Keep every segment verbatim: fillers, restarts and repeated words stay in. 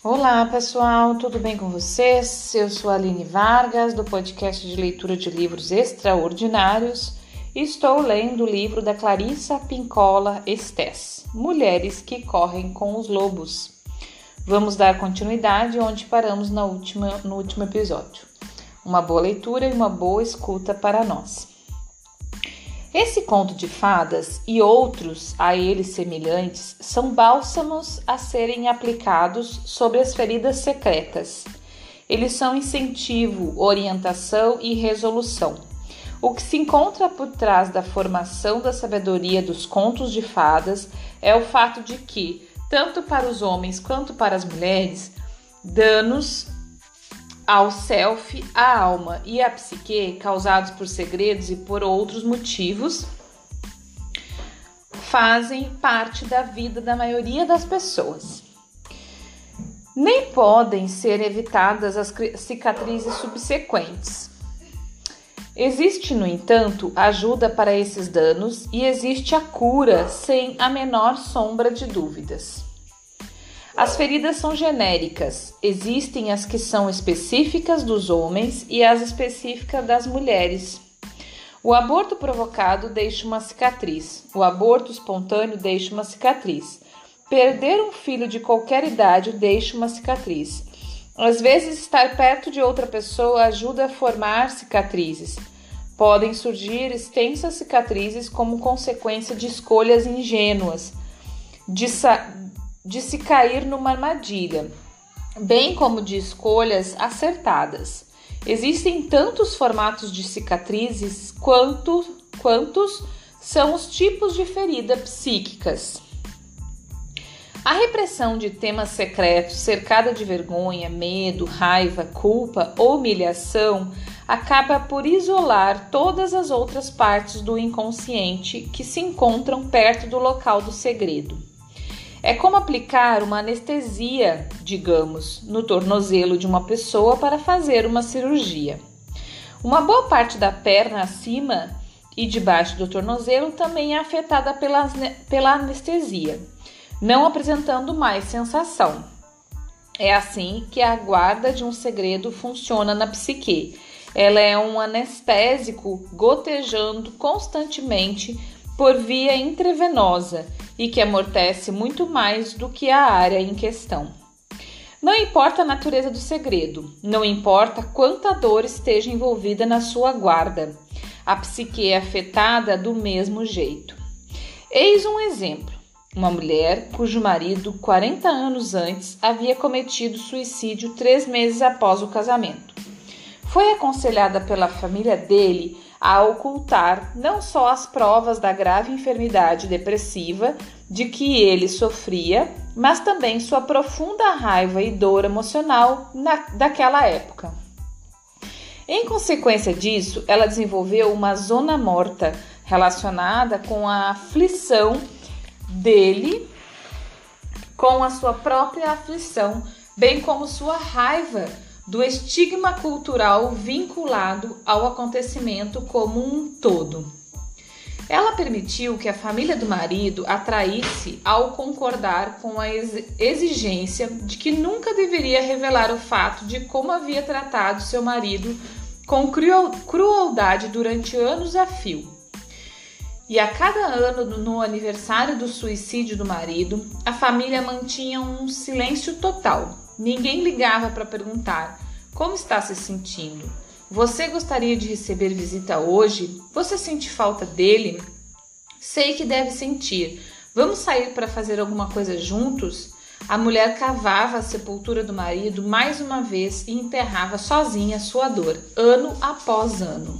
Olá pessoal, tudo bem com vocês? Eu sou a Aline Vargas, do podcast de leitura de livros extraordinários e estou lendo o livro da Clarissa Pinkola Estés, Mulheres que Correm com os Lobos. Vamos dar continuidade onde paramos na última, no último episódio. Uma boa leitura e uma boa escuta para nós. Esse conto de fadas e outros a eles semelhantes são bálsamos a serem aplicados sobre as feridas secretas. Eles são incentivo, orientação e resolução. O que se encontra por trás da formação da sabedoria dos contos de fadas é o fato de que, tanto para os homens quanto para as mulheres, danos ao self, à alma e à psique, causados por segredos e por outros motivos, fazem parte da vida da maioria das pessoas. Nem podem ser evitadas as cicatrizes subsequentes. Existe, no entanto, ajuda para esses danos e existe a cura sem a menor sombra de dúvidas. As feridas são genéricas, existem as que são específicas dos homens e as específicas das mulheres. O aborto provocado deixa uma cicatriz, o aborto espontâneo deixa uma cicatriz. Perder um filho de qualquer idade deixa uma cicatriz. Às vezes, estar perto de outra pessoa ajuda a formar cicatrizes. Podem surgir extensas cicatrizes como consequência de escolhas ingênuas, de sa- de se cair numa armadilha, bem como de escolhas acertadas. Existem tantos formatos de cicatrizes quanto, quantos são os tipos de feridas psíquicas. A repressão de temas secretos, cercada de vergonha, medo, raiva, culpa ou humilhação, acaba por isolar todas as outras partes do inconsciente que se encontram perto do local do segredo. É como aplicar uma anestesia, digamos, no tornozelo de uma pessoa para fazer uma cirurgia. Uma boa parte da perna acima e debaixo do tornozelo também é afetada pela, pela anestesia, não apresentando mais sensação. É assim que a guarda de um segredo funciona na psique. Ela é um anestésico gotejando constantemente por via intravenosa e que amortece muito mais do que a área em questão. Não importa a natureza do segredo, não importa quanta dor esteja envolvida na sua guarda, a psique é afetada do mesmo jeito. Eis um exemplo: uma mulher cujo marido, quarenta anos antes, havia cometido suicídio três meses após o casamento. Foi aconselhada pela família dele a ocultar não só as provas da grave enfermidade depressiva de que ele sofria, mas também sua profunda raiva e dor emocional na, daquela época. Em consequência disso, ela desenvolveu uma zona morta relacionada com a aflição dele, com a sua própria aflição, bem como sua raiva do estigma cultural vinculado ao acontecimento como um todo. Ela permitiu que a família do marido a traísse ao concordar com a exigência de que nunca deveria revelar o fato de como havia tratado seu marido com crueldade durante anos a fio. E a cada ano, no aniversário do suicídio do marido, a família mantinha um silêncio total. Ninguém ligava para perguntar: como está se sentindo? Você gostaria de receber visita hoje? Você sente falta dele? Sei que deve sentir. Vamos sair para fazer alguma coisa juntos? A mulher cavava a sepultura do marido mais uma vez e enterrava sozinha sua dor, ano após ano.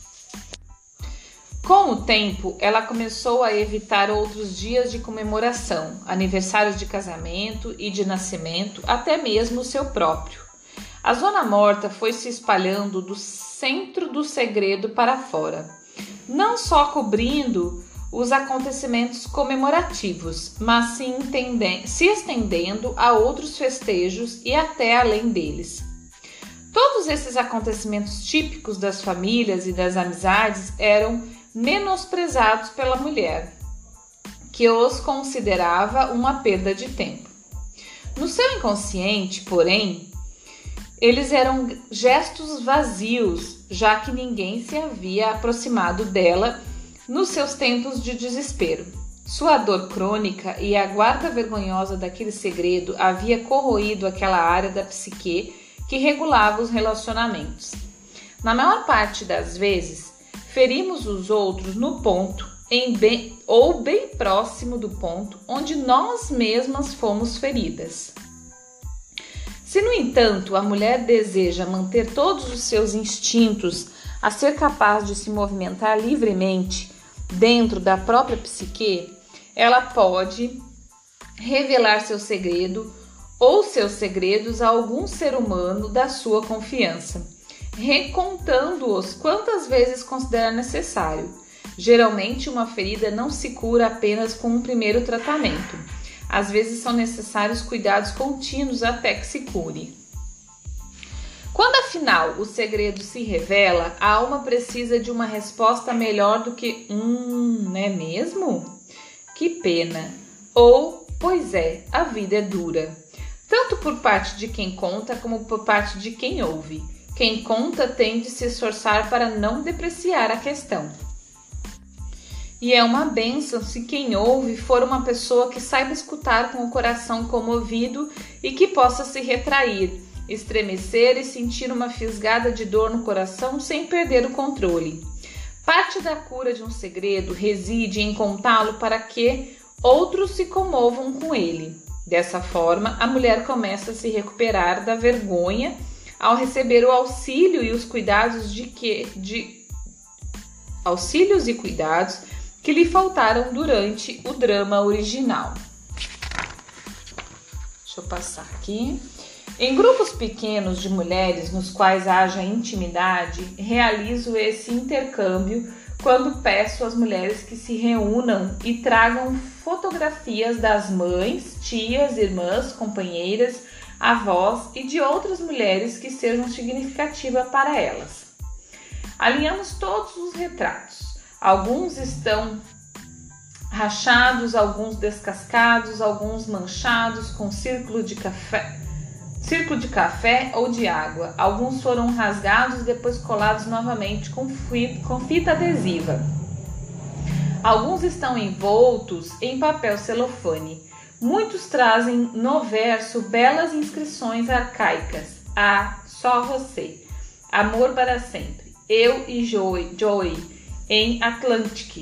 Com o tempo, ela começou a evitar outros dias de comemoração, aniversários de casamento e de nascimento, até mesmo o seu próprio. A zona morta foi se espalhando do centro do segredo para fora, não só cobrindo os acontecimentos comemorativos, mas se, se estendendo a outros festejos e até além deles. Todos esses acontecimentos típicos das famílias e das amizades eram menosprezados pela mulher, que os considerava uma perda de tempo. No seu inconsciente, porém, eles eram gestos vazios, já que ninguém se havia aproximado dela nos seus tempos de desespero. Sua dor crônica e a guarda vergonhosa daquele segredo havia corroído aquela área da psique que regulava os relacionamentos. Na maior parte das vezes, ferimos os outros no ponto, em bem, ou bem próximo do ponto onde nós mesmas fomos feridas. Se, no entanto, a mulher deseja manter todos os seus instintos a ser capaz de se movimentar livremente dentro da própria psique, ela pode revelar seu segredo ou seus segredos a algum ser humano da sua confiança, recontando-os quantas vezes considerar necessário. Geralmente, uma ferida não se cura apenas com um primeiro tratamento. Às vezes são necessários cuidados contínuos até que se cure. Quando afinal o segredo se revela, a alma precisa de uma resposta melhor do que Hum, não é mesmo? Que pena! Ou, pois é, a vida é dura. Tanto por parte de quem conta como por parte de quem ouve. Quem conta tem de se esforçar para não depreciar a questão. E é uma bênção se quem ouve for uma pessoa que saiba escutar com o coração comovido e que possa se retrair, estremecer e sentir uma fisgada de dor no coração sem perder o controle. Parte da cura de um segredo reside em contá-lo para que outros se comovam com ele. Dessa forma, a mulher começa a se recuperar da vergonha ao receber o auxílio e os cuidados de que de auxílios e cuidados que lhe faltaram durante o drama original. Deixa eu passar aqui. Em grupos pequenos de mulheres nos quais haja intimidade, realizo esse intercâmbio quando peço às mulheres que se reúnam e tragam fotografias das mães, tias, irmãs, companheiras, avós e de outras mulheres que sejam significativas para elas. Alinhamos todos os retratos. Alguns estão rachados, alguns descascados, alguns manchados com círculo de café, círculo de café ou de água. Alguns foram rasgados e depois colados novamente com fita adesiva. Alguns estão envoltos em papel celofane. Muitos trazem no verso belas inscrições arcaicas. Ah, só você. Amor para sempre. Eu e Joey, Joey em Atlantic,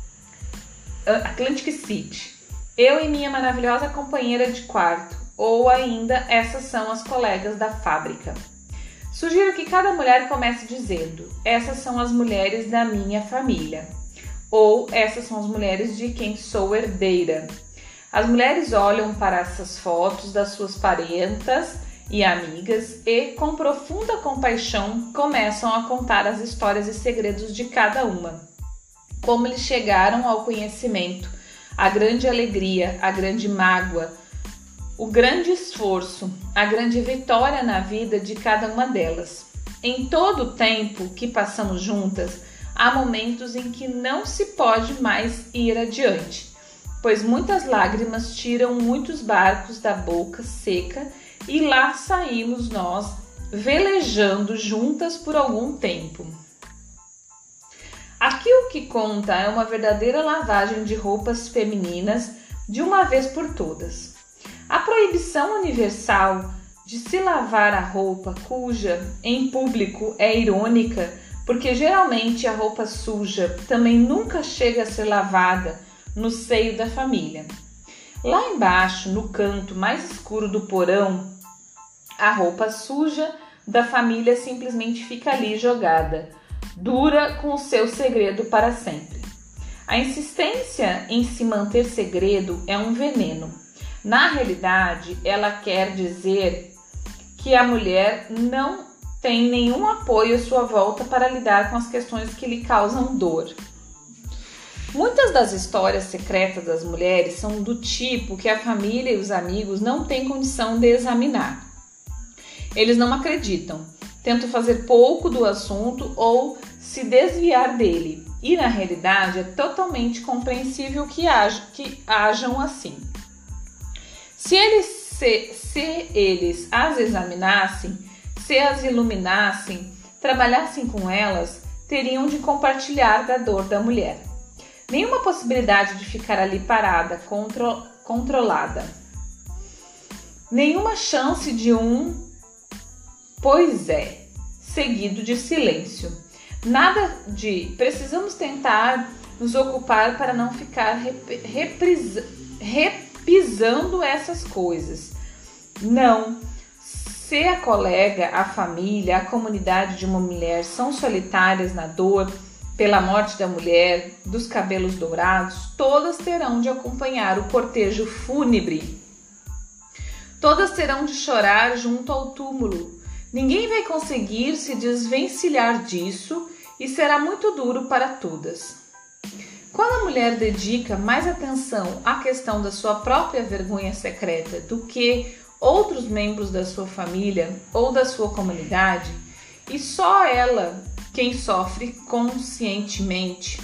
Atlantic City. Eu e minha maravilhosa companheira de quarto. Ou ainda, essas são as colegas da fábrica. Sugiro que cada mulher comece dizendo: essas são as mulheres da minha família. Ou essas são as mulheres de quem sou herdeira. As mulheres olham para essas fotos das suas parentas e amigas e, com profunda compaixão, começam a contar as histórias e segredos de cada uma. Como eles chegaram ao conhecimento, a grande alegria, a grande mágoa, o grande esforço, a grande vitória na vida de cada uma delas. Em todo o tempo que passamos juntas, há momentos em que não se pode mais ir adiante, pois muitas lágrimas tiram muitos barcos da boca seca e lá saímos nós, velejando juntas por algum tempo. Aqui o que conta é uma verdadeira lavagem de roupas femininas de uma vez por todas. A proibição universal de se lavar a roupa cuja, em público, é irônica, porque geralmente a roupa suja também nunca chega a ser lavada no seio da família. Lá embaixo, no canto mais escuro do porão, a roupa suja da família simplesmente fica ali jogada, dura com o seu segredo para sempre. A insistência em se manter segredo é um veneno. Na realidade, ela quer dizer que a mulher não tem nenhum apoio à sua volta para lidar com as questões que lhe causam dor. Muitas das histórias secretas das mulheres são do tipo que a família e os amigos não têm condição de examinar. Eles não acreditam, tentam fazer pouco do assunto ou se desviar dele. E na realidade é totalmente compreensível que, haj- que hajam assim. Se eles se, se eles as examinassem, se as iluminassem, trabalhassem com elas, teriam de compartilhar da dor da mulher. Nenhuma possibilidade de ficar ali parada, contro, controlada. Nenhuma chance de um pois é, seguido de silêncio. Nada de precisamos tentar nos ocupar para não ficar rep, reprisa, repisando essas coisas. Não. Se a colega, a família, a comunidade de uma mulher são solitárias na dor pela morte da mulher, dos cabelos dourados, todas terão de acompanhar o cortejo fúnebre. Todas terão de chorar junto ao túmulo. Ninguém vai conseguir se desvencilhar disso e será muito duro para todas. Quando a mulher dedica mais atenção à questão da sua própria vergonha secreta do que outros membros da sua família ou da sua comunidade, e só ela quem sofre conscientemente,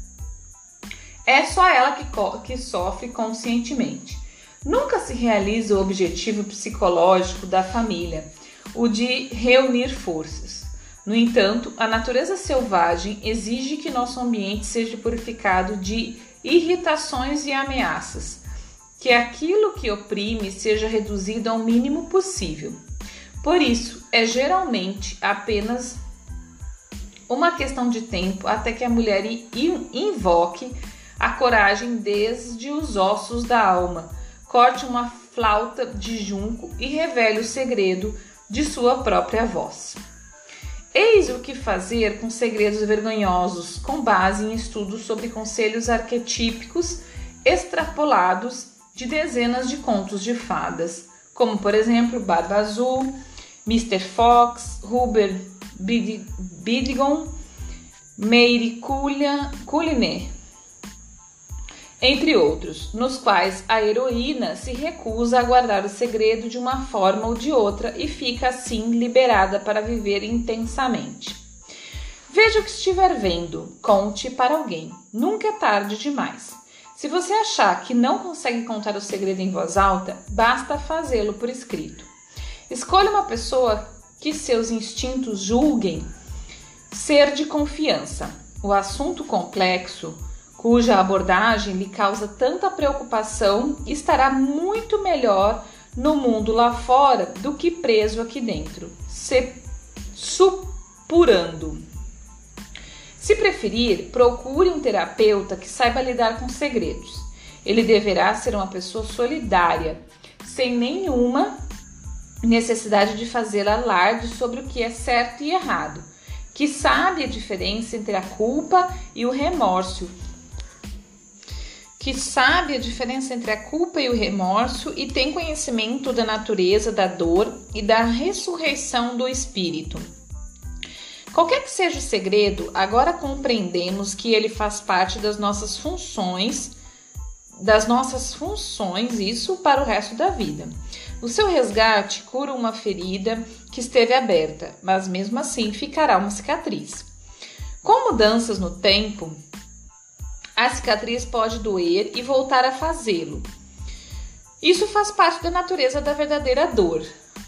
é só ela que, que sofre conscientemente. Nunca se realiza o objetivo psicológico da família, o de reunir forças. No entanto, a natureza selvagem exige que nosso ambiente seja purificado de irritações e ameaças, que aquilo que oprime seja reduzido ao mínimo possível. Por isso, é geralmente apenas uma questão de tempo até que a mulher invoque a coragem desde os ossos da alma, corte uma flauta de junco e revele o segredo de sua própria voz. Eis o que fazer com segredos vergonhosos, com base em estudos sobre conselhos arquetípicos extrapolados de dezenas de contos de fadas, como por exemplo Barba Azul, mister Fox, Hubert Bidigon, Mary Cullinane, entre outros, nos quais a heroína se recusa a guardar o segredo de uma forma ou de outra e fica assim liberada para viver intensamente. Veja o que estiver vendo, conte para alguém, nunca é tarde demais. Se você achar que não consegue contar o segredo em voz alta, basta fazê-lo por escrito. Escolha uma pessoa que seus instintos julguem ser de confiança. O assunto complexo, cuja abordagem lhe causa tanta preocupação, estará muito melhor no mundo lá fora do que preso aqui dentro, se supurando. Se preferir, procure um terapeuta que saiba lidar com segredos. Ele deverá ser uma pessoa solidária, sem nenhuma necessidade de fazer alarde sobre o que é certo e errado, que sabe a diferença entre a culpa e o remorso, que sabe a diferença entre a culpa e o remorso e tem conhecimento da natureza da dor e da ressurreição do espírito. Qualquer que seja o segredo, agora compreendemos que ele faz parte das nossas funções, das nossas funções, isso para o resto da vida. O seu resgate cura uma ferida que esteve aberta, mas mesmo assim ficará uma cicatriz. Com mudanças no tempo, a cicatriz pode doer e voltar a fazê-lo. Isso faz parte da natureza da verdadeira dor.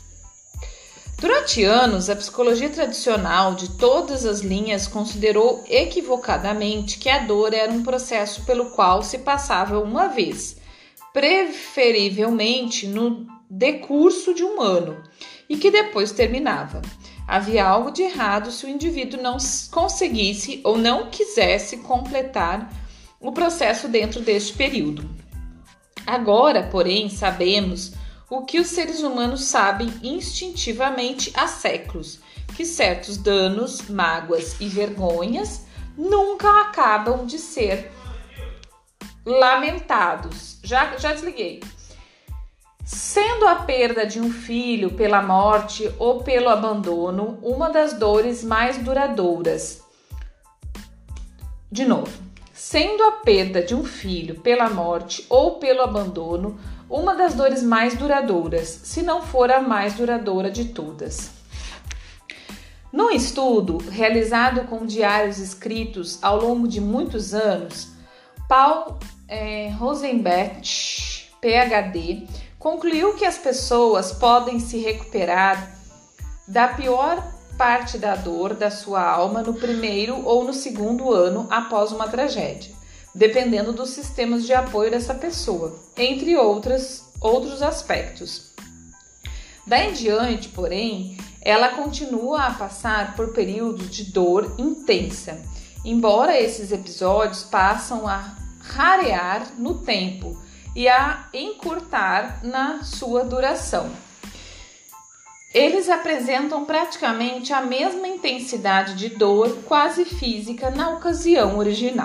Durante anos, a psicologia tradicional de todas as linhas considerou equivocadamente que a dor era um processo pelo qual se passava uma vez, preferivelmente no decurso de um ano, e que depois terminava. Havia algo de errado se o indivíduo não conseguisse ou não quisesse completar o processo dentro deste período. Agora, porém, sabemos o que os seres humanos sabem instintivamente há séculos, que certos danos, mágoas e vergonhas nunca acabam de ser lamentados. Já, já desliguei. Sendo a perda de um filho pela morte ou pelo abandono uma das dores mais duradouras. De novo. Sendo a perda de um filho pela morte ou pelo abandono uma das dores mais duradouras, se não for a mais duradoura de todas. Num estudo realizado com diários escritos ao longo de muitos anos, Paul é, Rosenbach, P H D, concluiu que as pessoas podem se recuperar da pior parte da dor da sua alma no primeiro ou no segundo ano após uma tragédia, dependendo dos sistemas de apoio dessa pessoa, entre outras, outros aspectos. Daí em diante, porém, ela continua a passar por períodos de dor intensa, embora esses episódios passam a rarear no tempo e a encurtar na sua duração. Eles apresentam praticamente a mesma intensidade de dor quase física na ocasião original.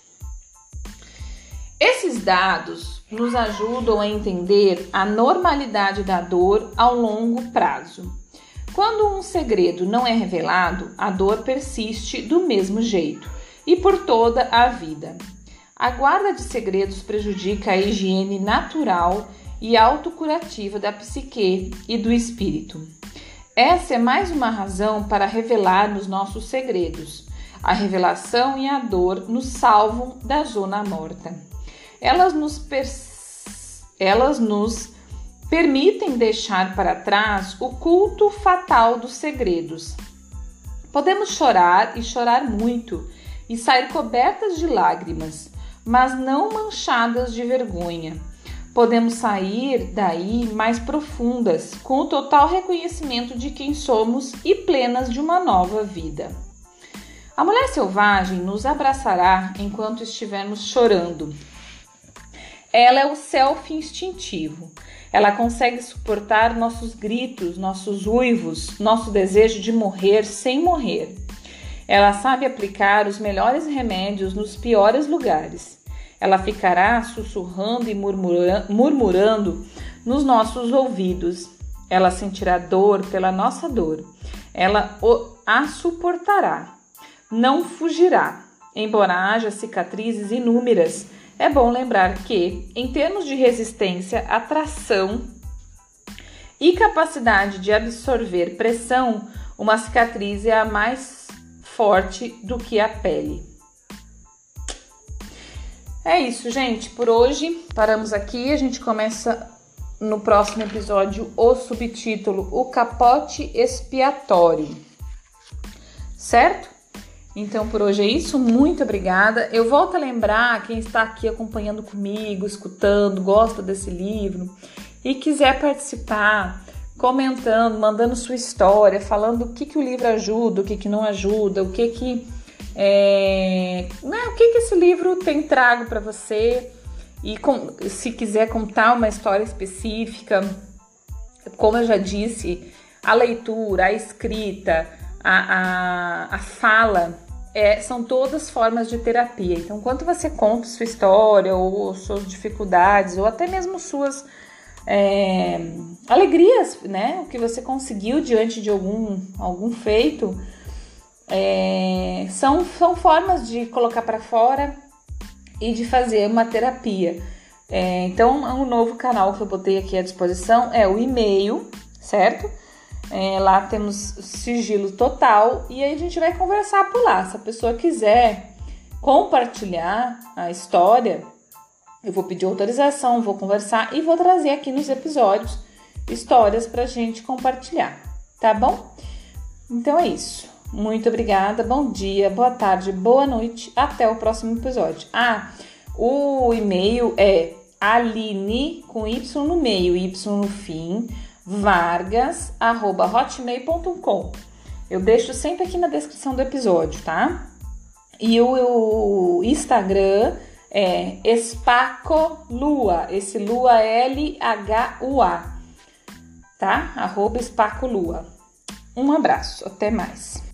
Esses dados nos ajudam a entender a normalidade da dor ao longo prazo. Quando um segredo não é revelado, a dor persiste do mesmo jeito e por toda a vida. A guarda de segredos prejudica a higiene natural e autocurativa da psique e do espírito. Essa é mais uma razão para revelar os nossos segredos. A revelação e a dor nos salvam da zona morta. Elas nos, pers... Elas nos permitem deixar para trás o culto fatal dos segredos. Podemos chorar e chorar muito e sair cobertas de lágrimas, mas não manchadas de vergonha. Podemos sair daí mais profundas, com o total reconhecimento de quem somos e plenas de uma nova vida. A mulher selvagem nos abraçará enquanto estivermos chorando. Ela é o self instintivo. Ela consegue suportar nossos gritos, nossos uivos, nosso desejo de morrer sem morrer. Ela sabe aplicar os melhores remédios nos piores lugares. Ela ficará sussurrando e murmura- murmurando nos nossos ouvidos. Ela sentirá dor pela nossa dor. Ela o- a suportará. Não fugirá. Embora haja cicatrizes inúmeras, é bom lembrar que, em termos de resistência, atração e capacidade de absorver pressão, uma cicatriz é a mais forte do que a pele. É isso, gente. Por hoje, paramos aqui. A gente começa no próximo episódio o subtítulo O Capote Expiatório. Certo? Então, por hoje é isso. Muito obrigada. Eu volto a lembrar, quem está aqui acompanhando comigo, escutando, gosta desse livro e quiser participar, comentando, mandando sua história, falando o que, que o livro ajuda, o que, que não ajuda, o que que, é, né, o que, que esse livro tem trago para você. E com, se quiser contar uma história específica, como eu já disse, a leitura, a escrita, a, a, a fala, é, são todas formas de terapia. Então, quando você conta sua história, ou suas dificuldades, ou até mesmo suas é, alegrias, né? O que você conseguiu diante de algum, algum feito, é, são, são formas de colocar para fora e de fazer uma terapia. É, então, um novo canal que eu botei aqui à disposição é o e-mail, certo? É, lá temos sigilo total e aí a gente vai conversar por lá. Se a pessoa quiser compartilhar a história, eu vou pedir autorização, vou conversar e vou trazer aqui nos episódios histórias pra gente compartilhar, tá bom? Então é isso. Muito obrigada, bom dia, boa tarde, boa noite, até o próximo episódio. Ah, o e-mail é Aline, com Y no meio, Y no fim, vargas, arroba hotmail ponto com. Eu deixo sempre aqui na descrição do episódio, tá? E o, o Instagram é Espacolua, esse Lua L H U A, tá? Arroba Espacolua. Um abraço, até mais.